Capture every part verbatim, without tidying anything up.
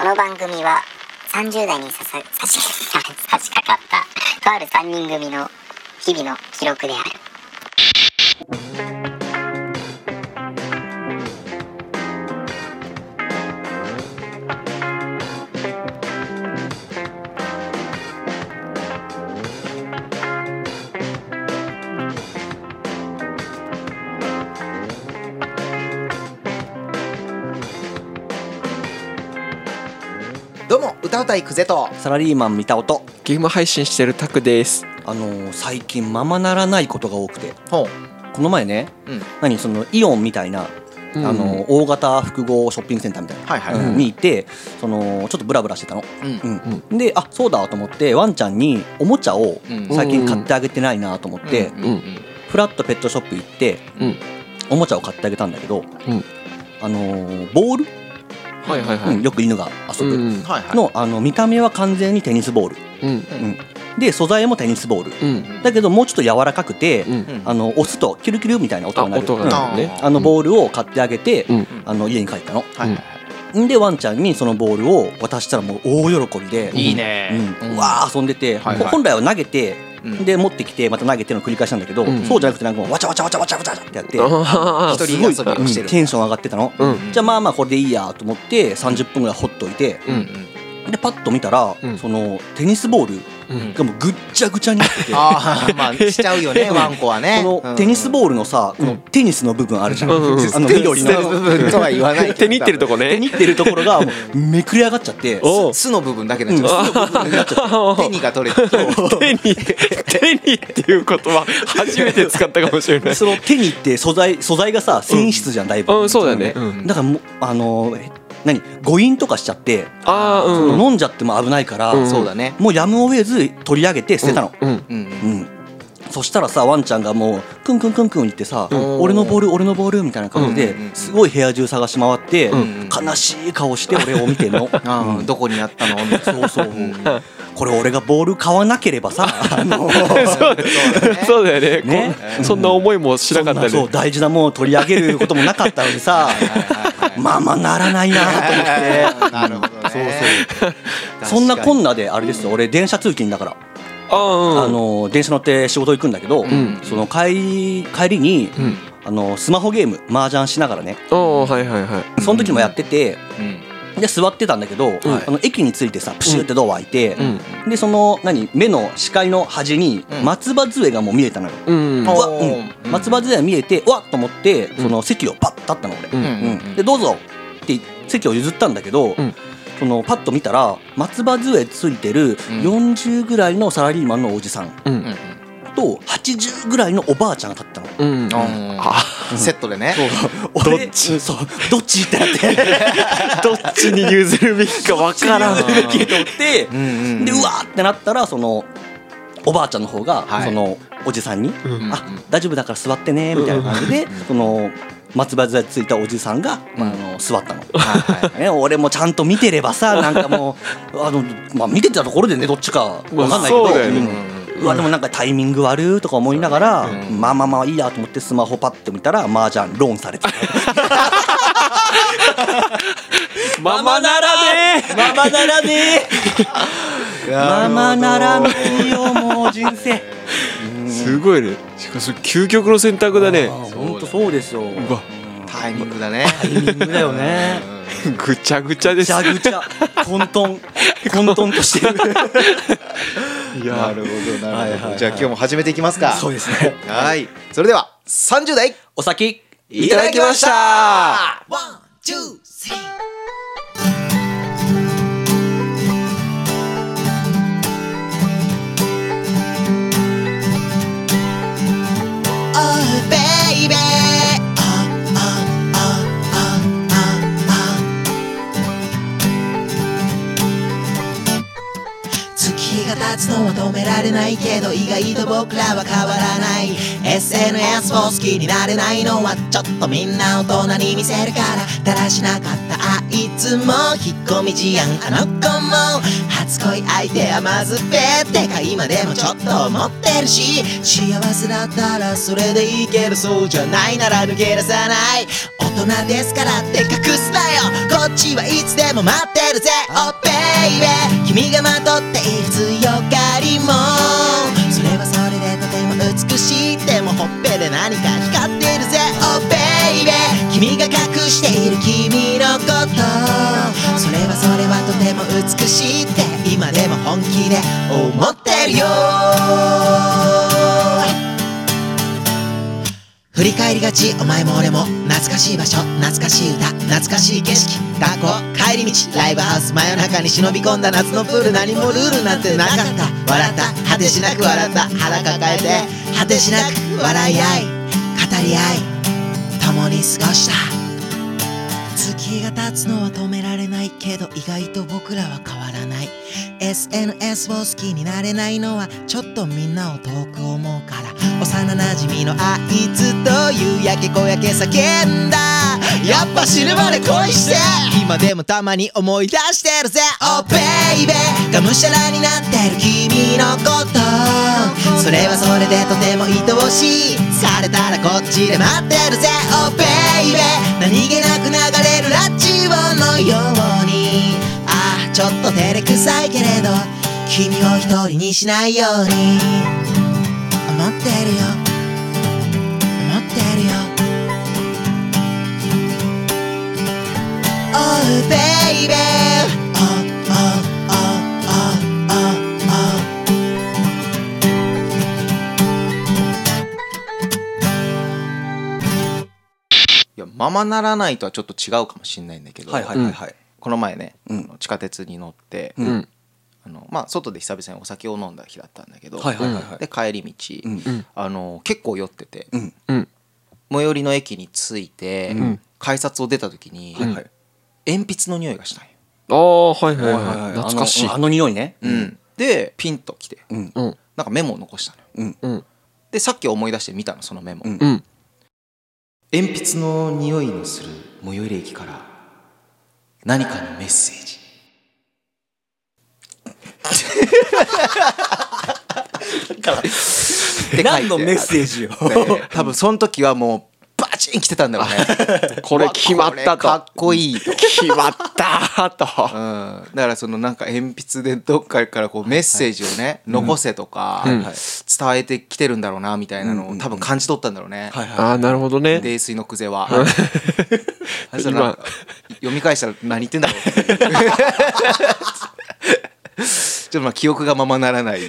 この番組はさんじゅう代にささ差し差し掛かったとあるさんにん組の日々の記録である。 どうも歌うたいクゼとサラリーマン見た音。 ゲーム配信してるタクです。 あのー、最近ままならないことが多くて、 ほう、 この前ね、うん、何そのイオンみたいな、うん、あのー、大型複合ショッピングセンターみたいな、はいはいはい、うん、に行ってそのちょっとブラブラしてたの、うんうん、であそうだと思ってワンちゃんにおもちゃを最近買ってあげてないなと思って、うんうんうん、フラッとペットショップ行って、うん、おもちゃを買ってあげたんだけど、うん、あのー、ボールはいはいはい、うん、よく犬が遊ぶ、うん、の、あの見た目は完全にテニスボール、うんうん、で素材もテニスボール、うん、だけどもうちょっと柔らかくて、うん、あの押すとキュルキュルみたいな音が鳴る、あ、音が鳴るね、うん、あのボールを買ってあげて、うん、あの家に帰ったの、はいはいはい、でワンちゃんにそのボールを渡したらもう大喜びで、 いいね、 うんうん、わー遊んでて、はいはい、本来は投げてで持ってきてまた投げての繰り返しなんだけど、うん、そうじゃなくてなんかわちゃわちゃわちゃわちゃわちゃってやって一人遊びをしてる、うん、テンション上がってたの、うん、じゃあまあまあこれでいいやと思ってさんじゅっぷんぐらいほっといて、うん、でパッと見たら、うん、そのテニスボールがもうぐっちゃぐちゃになってて、 あまあしちゃうよねワンコはね。 このテニスボールのさ、このテニスの部分あるじゃん、うん、あの緑の部分とは言わないけど手にってるとこね、 手にってるところがもうめくり上がっちゃって巣の部分だけになっちゃう、巣の部分になっちゃって手にが取れて手に手にっていう言葉初めて使ったかもしれない。 その手にって素材素材がさ繊維質じゃんだいぶ、 うん、そうだね、うん、 だからもうあのー何誤飲とかしちゃってあ、うん、 その飲んじゃっても危ないから、うん、 そうだね、 もうやむを得ず取り上げて捨てたの、うんうんうん、そしたらさワンちゃんがもうクンクンクンクン言ってさ、うん、俺のボール俺のボールみたいな感じですごい部屋中探し回って、うん、悲しい顔して俺を見てんの、 うんうん、どこにあったのそうそう、うん、これ俺がボール買わなければさあのそう, そうだよ ね, ねそんな思いもしなかったね。 そう大事なものを取り上げることもなかったのにさまあまあならないなと思ってなるほどね、 そうそうそんなこんなであれですよ、俺電車通勤だからあ、うん、あの電車乗って仕事行くんだけど、うん、その帰り、帰りに、うん、あのスマホゲーム麻雀しながらね、 はいはいはい、 その時もやってて、うん、で座ってたんだけど、うん、あの駅に着いてさプシュってドア開いて、うん、でその何目の視界の端に松葉杖がもう見えたのよ、うん、うわ、うん、松葉杖が見えてわっと思ってその席をパッと立ったの俺、うんうん、でどうぞって席を譲ったんだけど、うん、そのパッと見たら松葉杖ついてるよんじゅうぐらいのサラリーマンのおじさん、うん、とはちじゅうぐらいのおばあちゃんが立ったの、うん、 あセットでね、 そうどっち、そうどっちってなってどっちに譲るべきか分からん譲るべきと思って、うんうん、でうわーってなったらそのおばあちゃんの方が、はい、そのおじさんに、うん、あ大丈夫だから座ってねみたいな感じで、うん、その松葉杖ついたおじさんが、まあ、あの座ったの、はいはいね、俺もちゃんと見てればさなんかもうあの、まあ、見てたところでねどっちか分かんないけど、そうだよね、うん、うわでもなんかタイミング悪いとか思いながら、うん、まあまあまあいいやと思ってスマホパッて見たら麻雀ローンされてたママならねママならねママならないよもう人生すごいね。しかし究極の選択だね。 本当そうですよ。うわタイミングだね。 タイミングだよね。 ぐちゃぐちゃです。 ぐちゃぐちゃ混沌混沌としてるいやなるほどなるほど、はいはいはい、じゃあ今日も始めていきますか。 そうですね。 はい、それではさんじゅう代お先いただきました。ワン、ツー、スリー。 立つのは止められないけど意外と僕らは変わらない。 エスエヌエス を好きになれないのはちょっとみんな大人に見せるから。だらしなかったあいつも引っ込み思案あの子も恥初恋相手はまずべってか今でもちょっと思ってるし、幸せだったらそれでいいけどそうじゃないなら抜け出さない。大人ですからって隠すなよ、こっちはいつでも待ってるぜ。 Oh baby 君がまとっている強がりもそれはそれでとても美しい。でもほっぺで何か光ってるぜ。 Oh baby 君が隠している君のことそれはそれはとても美しいって今でも本気で思ってるよ。振り返りがちお前も俺も懐かしい場所懐かしい歌懐かしい景色学校帰り道ライブハウス真夜中に忍び込んだ夏のプール何もルールなんてなかった。笑った果てしなく笑った腹抱えて果てしなく笑い合い語り合い共に過ごした。月が経つのは止められないけど意外と僕らは変わらない。 エスエヌエス を好きになれないのはちょっとみんなを遠く思うから。幼なじみのあいつと夕焼け小焼け叫んだ。やっぱ死ぬまで恋して今でもたまに思い出してるぜ。 Oh baby がむしゃらになってる君のことそれはそれでとても愛おしい。疲れたらこっちで待ってるぜ。 Oh baby 何気なく流れるラジオのようにああちょっと照れくさいけれど君を一人にしないように思ってるよ思ってるよ。 Oh baby Oh oh oh oh oh oh いやままならないとはちょっと違うかもしれないんだけど、 はいはいはいはい、 この前ね、 うん、 あの地下鉄に乗って、 うん、 あのまあ、外で久々にお酒を飲んだ日だったんだけど、 はいはいはいはい、 で帰り道、うん、あの結構酔ってて、うんうん、最寄りの駅に着いて、うん、改札を出た時に、うん、鉛筆の匂いがしたんよ。 ああはいはいはい、はい、懐かしいあの、あの匂いね、 うん、でピンときて、うん、なんかメモを残したのよ、うん、でさっき思い出して見たのそのメモ、うんうん、鉛筆の匂いのする最寄り駅から何かのメッセージ何のメッセージよ多分その時はもうバチン来てたんだろうねこれ決まったとかっこいいと決まったと、 うん、だからそのなんか鉛筆でどっかからこうメッセージをね、はいはい、残せとか、うん、伝えてきてるんだろうなみたいなのを多分感じ取ったんだろうね、 はいはい、ああなるほどね。 泥酔のクゼは今読み返したら何言ってんだろうちょっとまあ記憶がままならない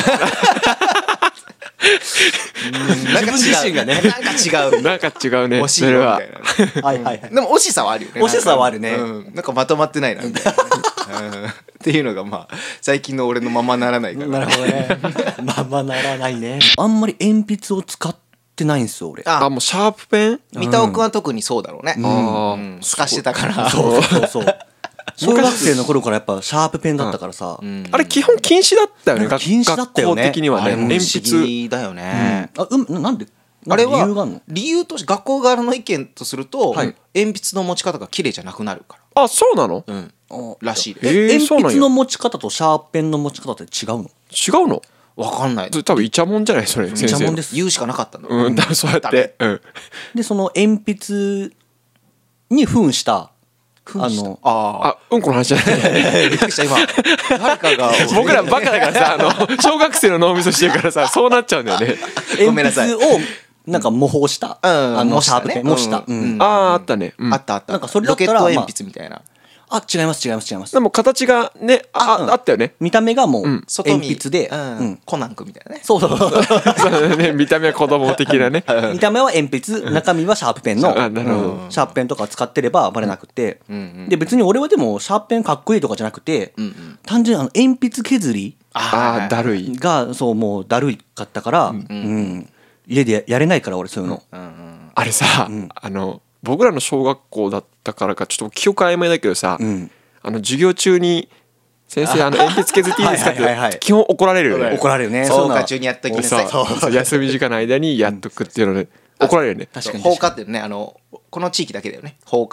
自分自身がねなんか違うなんか違うね惜しいよみたいな、ね、 はいはい、はい、 でも惜しさはあるよね。 惜しさはあるね、 うん、なんかまとまってないなみたいな、うん、っていうのがまあ最近の俺のままならないから、 なるほどねままならないね。あんまり鉛筆を使ってないんですよ俺。 ああもうシャープペン三田尾くんは特にそうだろうね、うん、うん、透かしてたからそうそうそう小学生の頃からやっぱシャープペンだったからさ、 うん、あれ基本禁止だったよね。 禁止だったよね。 学校的にはね。 鉛筆だよね。 うん、あうんなんであれは理由として学校側の意見とすると、はい、鉛筆の持ち方が綺麗じゃなくなるから。 あそうなの？ うん。らしいです。 えー、鉛筆の持ち方とシャーペンの持ち方って違うの？ 違うの？ わかんない。 多分イチャモンじゃないそれ。イチャモンです。 言うしかなかったの。 うん。だそうやって。うん。 でその鉛筆に扮したあのああうんこの話じゃないびっくりした今誰かが僕らバカだからさあの小学生の脳みそしてるからさそうなっちゃうんだよねごめんなさい。 鉛筆をなんか模倣した、うん、あのシャープペン模した、 うんうん、あああったね、 うん、あったあった。 なんかそれだったらロケット鉛筆みたいな、まあ、あ違います違います違います。 でも形がね あ, あ, あったよね。 見た目がもう鉛筆で、 うんうん、コナン君みたいなね。 そうそうそうね、見た目は子供的なね見た目は鉛筆中身はシャープペンの、うん、シャープペンとか使ってればバレなくて、うんうん、で別に俺はでもシャープペンかっこいいとかじゃなくて、うんうん、単純にあの鉛筆削りあだるいがそうもうだるいかったから、うんうん、家でやれないから俺そういうの、うんうん、 あれさ、うん、あの僕らの小学校だったからかちょっと記憶曖昧だけどさ、うん、あの授業中に先生あの鉛筆削っていいですかって基本怒られるよね。 怒られるね。 放課中にやっときなさい。 そうそう休み時間の間にやっとくっていうので怒られるよね。 確かに放課ってねあのこの地域だけだよね。放課って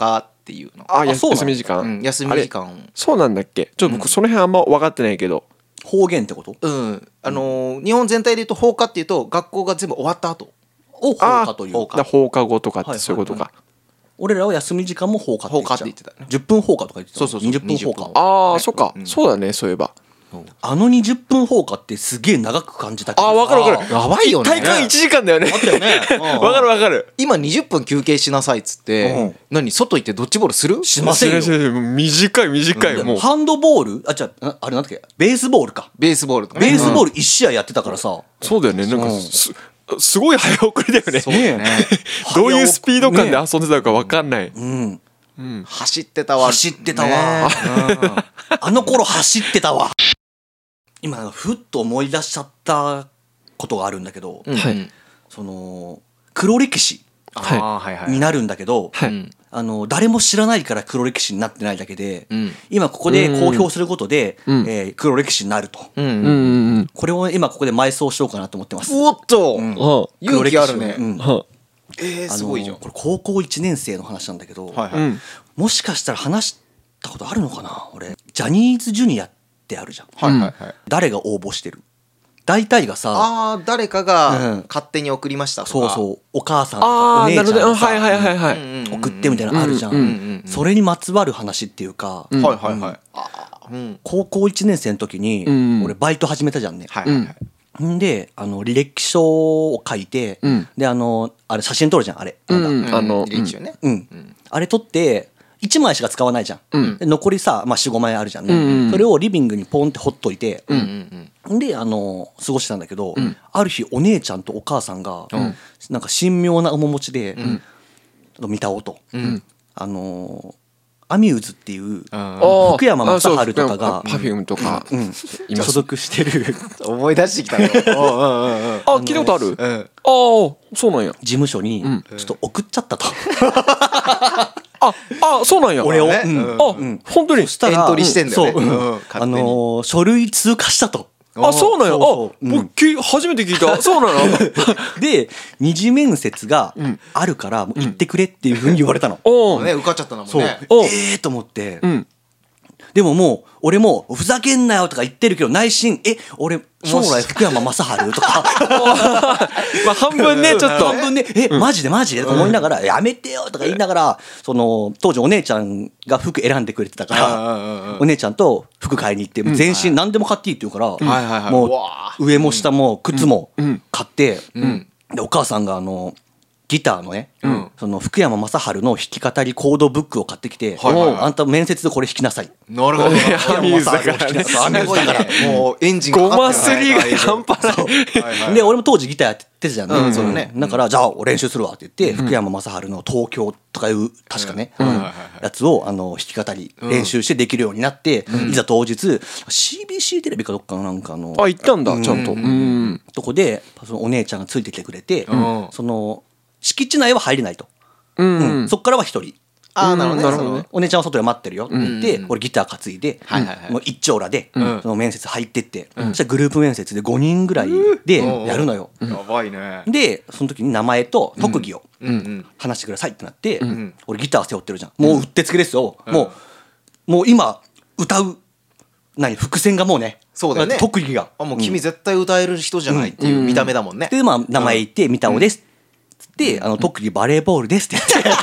っていうの。 あ、 そうなの休み時間、 うん、休み時間を。 そうなんだっけ。ちょっと僕その辺あんま分かってないけど、 方言ってこと？ うん、あのー日本全体で言うと放課っていうと学校が全部終わった後を放課というだから放課後とかってそういうことか。 俺らは休み時間も放課って言っちゃう。 放課って言ってたね。 じゅっぷん放課とか言ってた。 そうそうそうにじゅっぷん放課。 ああ、 ねそっか、 うんそうだね、そういえば。 あのにじゅっぷん放課ってすげえ長く感じたけど。 ああ、分かる分かる。 やばいよね。 体感いちじかんだよね。 あったよね。 分かる分かる。 今にじゅっぷん休憩しなさいっつって、 うん何外行ってドッジボールする？ しませんよ。 するするもう短い短い、もうハンドボール、あ、じゃあ、あれなんだっけ、ベースボールか。 ベースボールとかね。 ベースボールいち試合やってたからさ。 そうだよね。なんかうんすすごい早送りだよね。 そうだよね。 どういうスピード感で遊んでたのか分かんない。 うん。 走ってたわ。 走ってたわ。 ねうんあの頃走ってたわ。今なんかふっと思い出しちゃったことがあるんだけど、 うんはいその黒歴史あーはいはい。 になるんだけど、 はいうんあの誰も知らないから黒歴史になってないだけで、 うん今ここで公表することで、 うんえー黒歴史になると。 うんうん。 うんうんうん。 これを今ここで埋葬しようかなと思ってます。 おっと、 うんは勇気あるね。 うんあはえー、 あのすごいじゃん。 これ高校いちねん生の話なんだけど、 はいはい。 あ。うん。 もしかしたら話したことあるのかな俺。ジャニーズジュニアってあるじゃん。 はいはいはい。 誰が応募してる？大体がさ、 ああ、誰かうんが勝手に送りましたとか。 そうそう、お母さんとかああ、 お姉ちゃなんるほど。 がさ、 はいはいはいはい。 うんうんうん送ってみたいなのあるじゃん。 うんうんうんそれにまつわる話っていうか、 うんはいはいはい。ああ、うん。 高校いちねん生の時に、 うん俺バイト始めたじゃんね。 はいはいはい。 んで、あの履歴書を書いて、 うんであのあれ写真撮るじゃんあれ。なんだうんあの履歴書ね。 うん、あれ撮っていちまいしか使わないじゃん、 うんで残りさ、まあ、よん、ごまいあるじゃんね、 うんうんそれをリビングにポンってほっといて、 うんうんであの過ごしてたんだけど、 んある日お姉ちゃんとお母さんが、 うんなんか神妙な面持ちで、 ん見たおうと、 うん。 あのアミューズっていうああ福山雅治とかがパフュームとか。 うんいます所属してるー思い出してきたよ。うんうんうんうん。 あ、聞いたことある。あうん。 あ、そうなんや。 事務所にんちょっと送っちゃったと、 あ、あ、そうなんや。 俺を、 ねうんうんあ、本当に。 したらエントリーしてんだよねそう、うんうんあ勝手にのー書類通過したと。 あ、そうなんや。あ、 そうそううん僕き初めて聞いた。そうなの。 で二次面接がんあるからもう行ってくれっていうふうに言われたの。 おね、受かっちゃったんだもんそう、 ね。 おええと思って、 うん。 でももう俺もふざけんなよとか言ってるけど内心え俺将来福山雅治とかまあ半分ね、ちょっと。 半分でえマジでマジでとか思いながらやめてよとか言いながらその当時お姉ちゃんが服選んでくれてたかうんうんうんうんらお姉ちゃんと服買いに行って全身何でも買っていいって言うからはいはいはい。 もうわう上も下も靴もうん買ってんでお母さんがあのギターのね、 んその福山雅治の弾き語りコードブックを買ってきて、 はいはいはいあんた面接でこれ弾きなさい。 ーなるほど。 アミューズだからね。 アミューズだから。 もうエンジンかごかってるねますりが半端ない。 はいはいで俺も当時ギターやってたじゃんね、 うんそうだねだからじゃあ練習するわって言って、福山雅治の「東京」とかいう確かね、うんやつをあの弾き語り練習してできるようになって、いざ当日 シービーシー テレビかどっかのなんかのあ、行ったんだ、ちゃんと。うん。 とこでそのお姉ちゃんがついてきてくれて、 んその敷地内は入れないと、 ううんん。 そっからは一人。 ああ、なるほどね。 なるほどねお姉ちゃんは外で待ってるよって言って、 うん俺ギター担いで、 はいはいはいもう一丁羅で、 んその面接入ってって、そしたらグループ面接でごにんぐらいでやるのよ。 やばいね。 でその時に名前と特技をうんうん。 話してくださいってなって、 ん俺ギター背負ってるじゃん。もううってつけですよ。もうもう今歌う何伏線がもうね、 そうだよね特技が。 あ、もう君絶対歌える人じゃないっていう見た目だもんね。 でまあ名前言って三田尾です。つってあの特技バレーボールですって言って。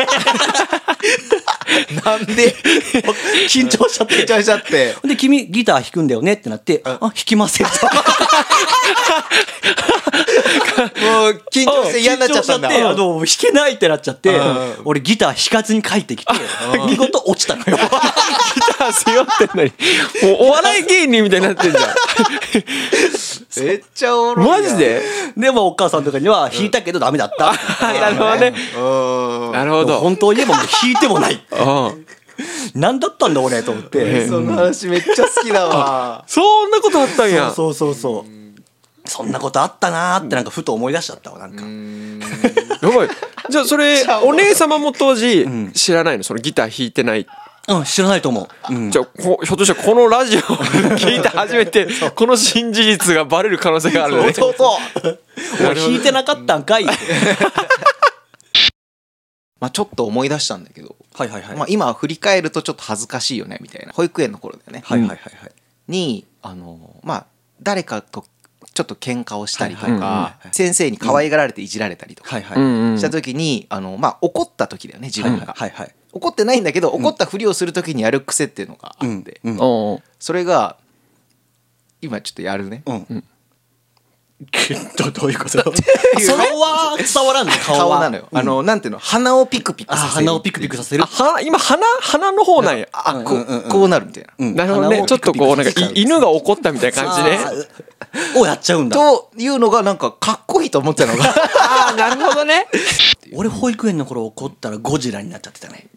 なんで緊張しちゃって。 緊張しちゃって。 で君ギター弾くんだよねってなって、あ弾きません。 もう緊張して嫌になっちゃったんだ。 緊張しちゃってあの弾けないってなっちゃってうん俺ギター弾かずに帰ってきて見事落ちたのよ。 ギター背負ってんのに。もうお笑い芸人みたいになってんじゃん。 めっちゃおもろいな。 マジで？ でもお母さんとかには弾いたけどダメだった。 なるほどね。 うん。 なるほど。 本当に言えばもう弾いてもない。 うん。 何だったんだ俺と思って。 その話めっちゃ好きだわ。 そんなことあったんや。 そうそうそうそう。そんなことあったなーってなんかふと思い出しちゃったわなんか。 やばい。じゃあそれお姉様も当時知らないの、そのギター弾いてない。 うん知らないと思う。うんじゃあこひょっとしたらこのラジオを聞いて初めてこの新事実がバレる可能性があるね。 そうそう。 俺弾いてなかったんかい。 ままあ、ちょっと思い出したんだけど、 はいはいはい、 まあ、今振り返るとちょっと恥ずかしいよねみたいな保育園の頃だよね、 はいはいはいはい、 にあのまあ誰かとちょっと喧嘩をしたりとか先生に可愛がられていじられたりとかした時にあのまあ怒った時だよね自分が、はいはいはい、怒ってないんだけど怒ったふりをする時にやる癖っていうのがあって、うんうん、それが今ちょっとやるね、うんうん、 ど, どういうこと顔は伝わらんね顔は顔なのよ、うん、あのなんていうの鼻をピクピクさせる鼻をピクピクさせるは今鼻鼻の方なんやあ、こう、こうなるみたいな、 うん、なるほどねちょっとこうなんか犬が怒ったみたいな感じねをやっちゃうんだというのがなんかかっこいいと思ってたのがああなるほどね俺保育園の頃怒ったらゴジラになっちゃってたね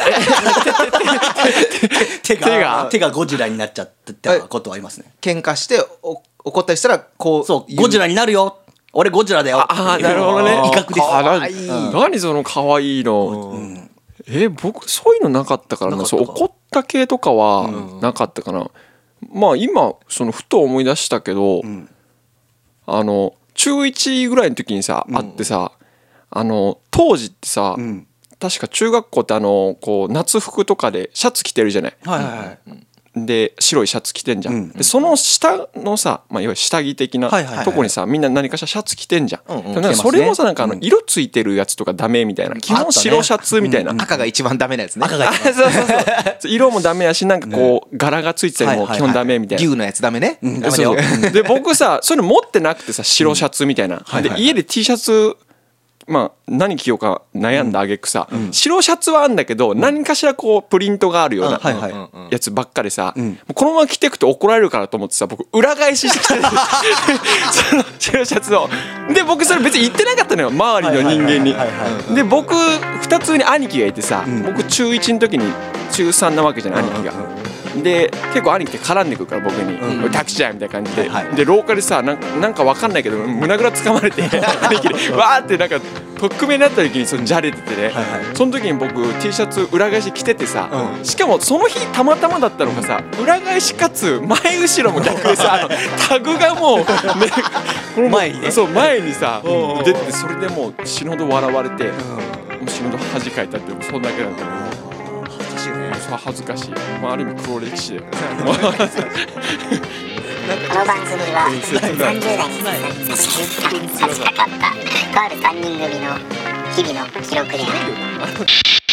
手が手が手がゴジラになっちゃってたことはありますね喧嘩してお怒ったりしたらこうそうゴジラになるよ俺ゴジラだよああなるほどね威嚇ですかわいい、うん、何そのかわいいの、うん、え僕そういうのなかったからなそう怒った系とかはなかったかな、うん、まあ今そのふと思い出したけど、うん、あの中いちぐらいの時にさ、うん、あってさあの当時ってさ、うん、確か中学校ってあのこう夏服とかでシャツ着てるじゃない、はいはいはい、で白いシャツ着てんじゃん、うん、でその下のさ、まあ、いわゆる下着的なとこにさ、みんな何かしらシャツ着てんじゃん、うんうん、なんかそれもさなんかあの色ついてるやつとかダメみたいな、うん、基本白シャツみたいな、 うん、赤が一番ダメなやつね赤がそうそうそう色もダメやしなんかこう柄がついてたりも基本ダメみたいな、 竜のやつダメね、 うん、ダメだよで僕さそういうの持ってなくてさ白シャツみたいな、うんはいはいはい、で家で T シャツまあ、何着ようか悩んだあげくさ、うん、白シャツはあんだけど、うん、何かしらこうプリントがあるようなやつばっかりさ、うん、このまま着ていくと怒られるからと思ってさ僕裏返ししてきてその白シャツをで僕それ別に言ってなかったのよ周りの人間にで僕ふたつに兄貴がいてさ、うん、僕中いちの時に中さんなわけじゃない、うん、兄貴がで結構兄貴って絡んでくるから僕に「うん、タクシーや」みたいな感じで、はいはい、で廊下でさなんか、なんか分かんないけど胸ぐらつかまれて兄貴でわーってなんか匿名になった時にそのじゃれててね、はいはい、その時に僕 T シャツ裏返し着ててさ、うん、しかもその日たまたまだったのがさ裏返しかつ前後ろも逆でさあのタグがもう、ね、 この前にねそう前にさ出てそれでもう死ぬほど笑われて、うん、もう死ぬほど恥かいたってそんだけなんだよ恥ずかしい、まあ、ある意味黒歴史だよねこの番組はさんじゅう代に差し掛かったとあるさんにん組の日々の記録である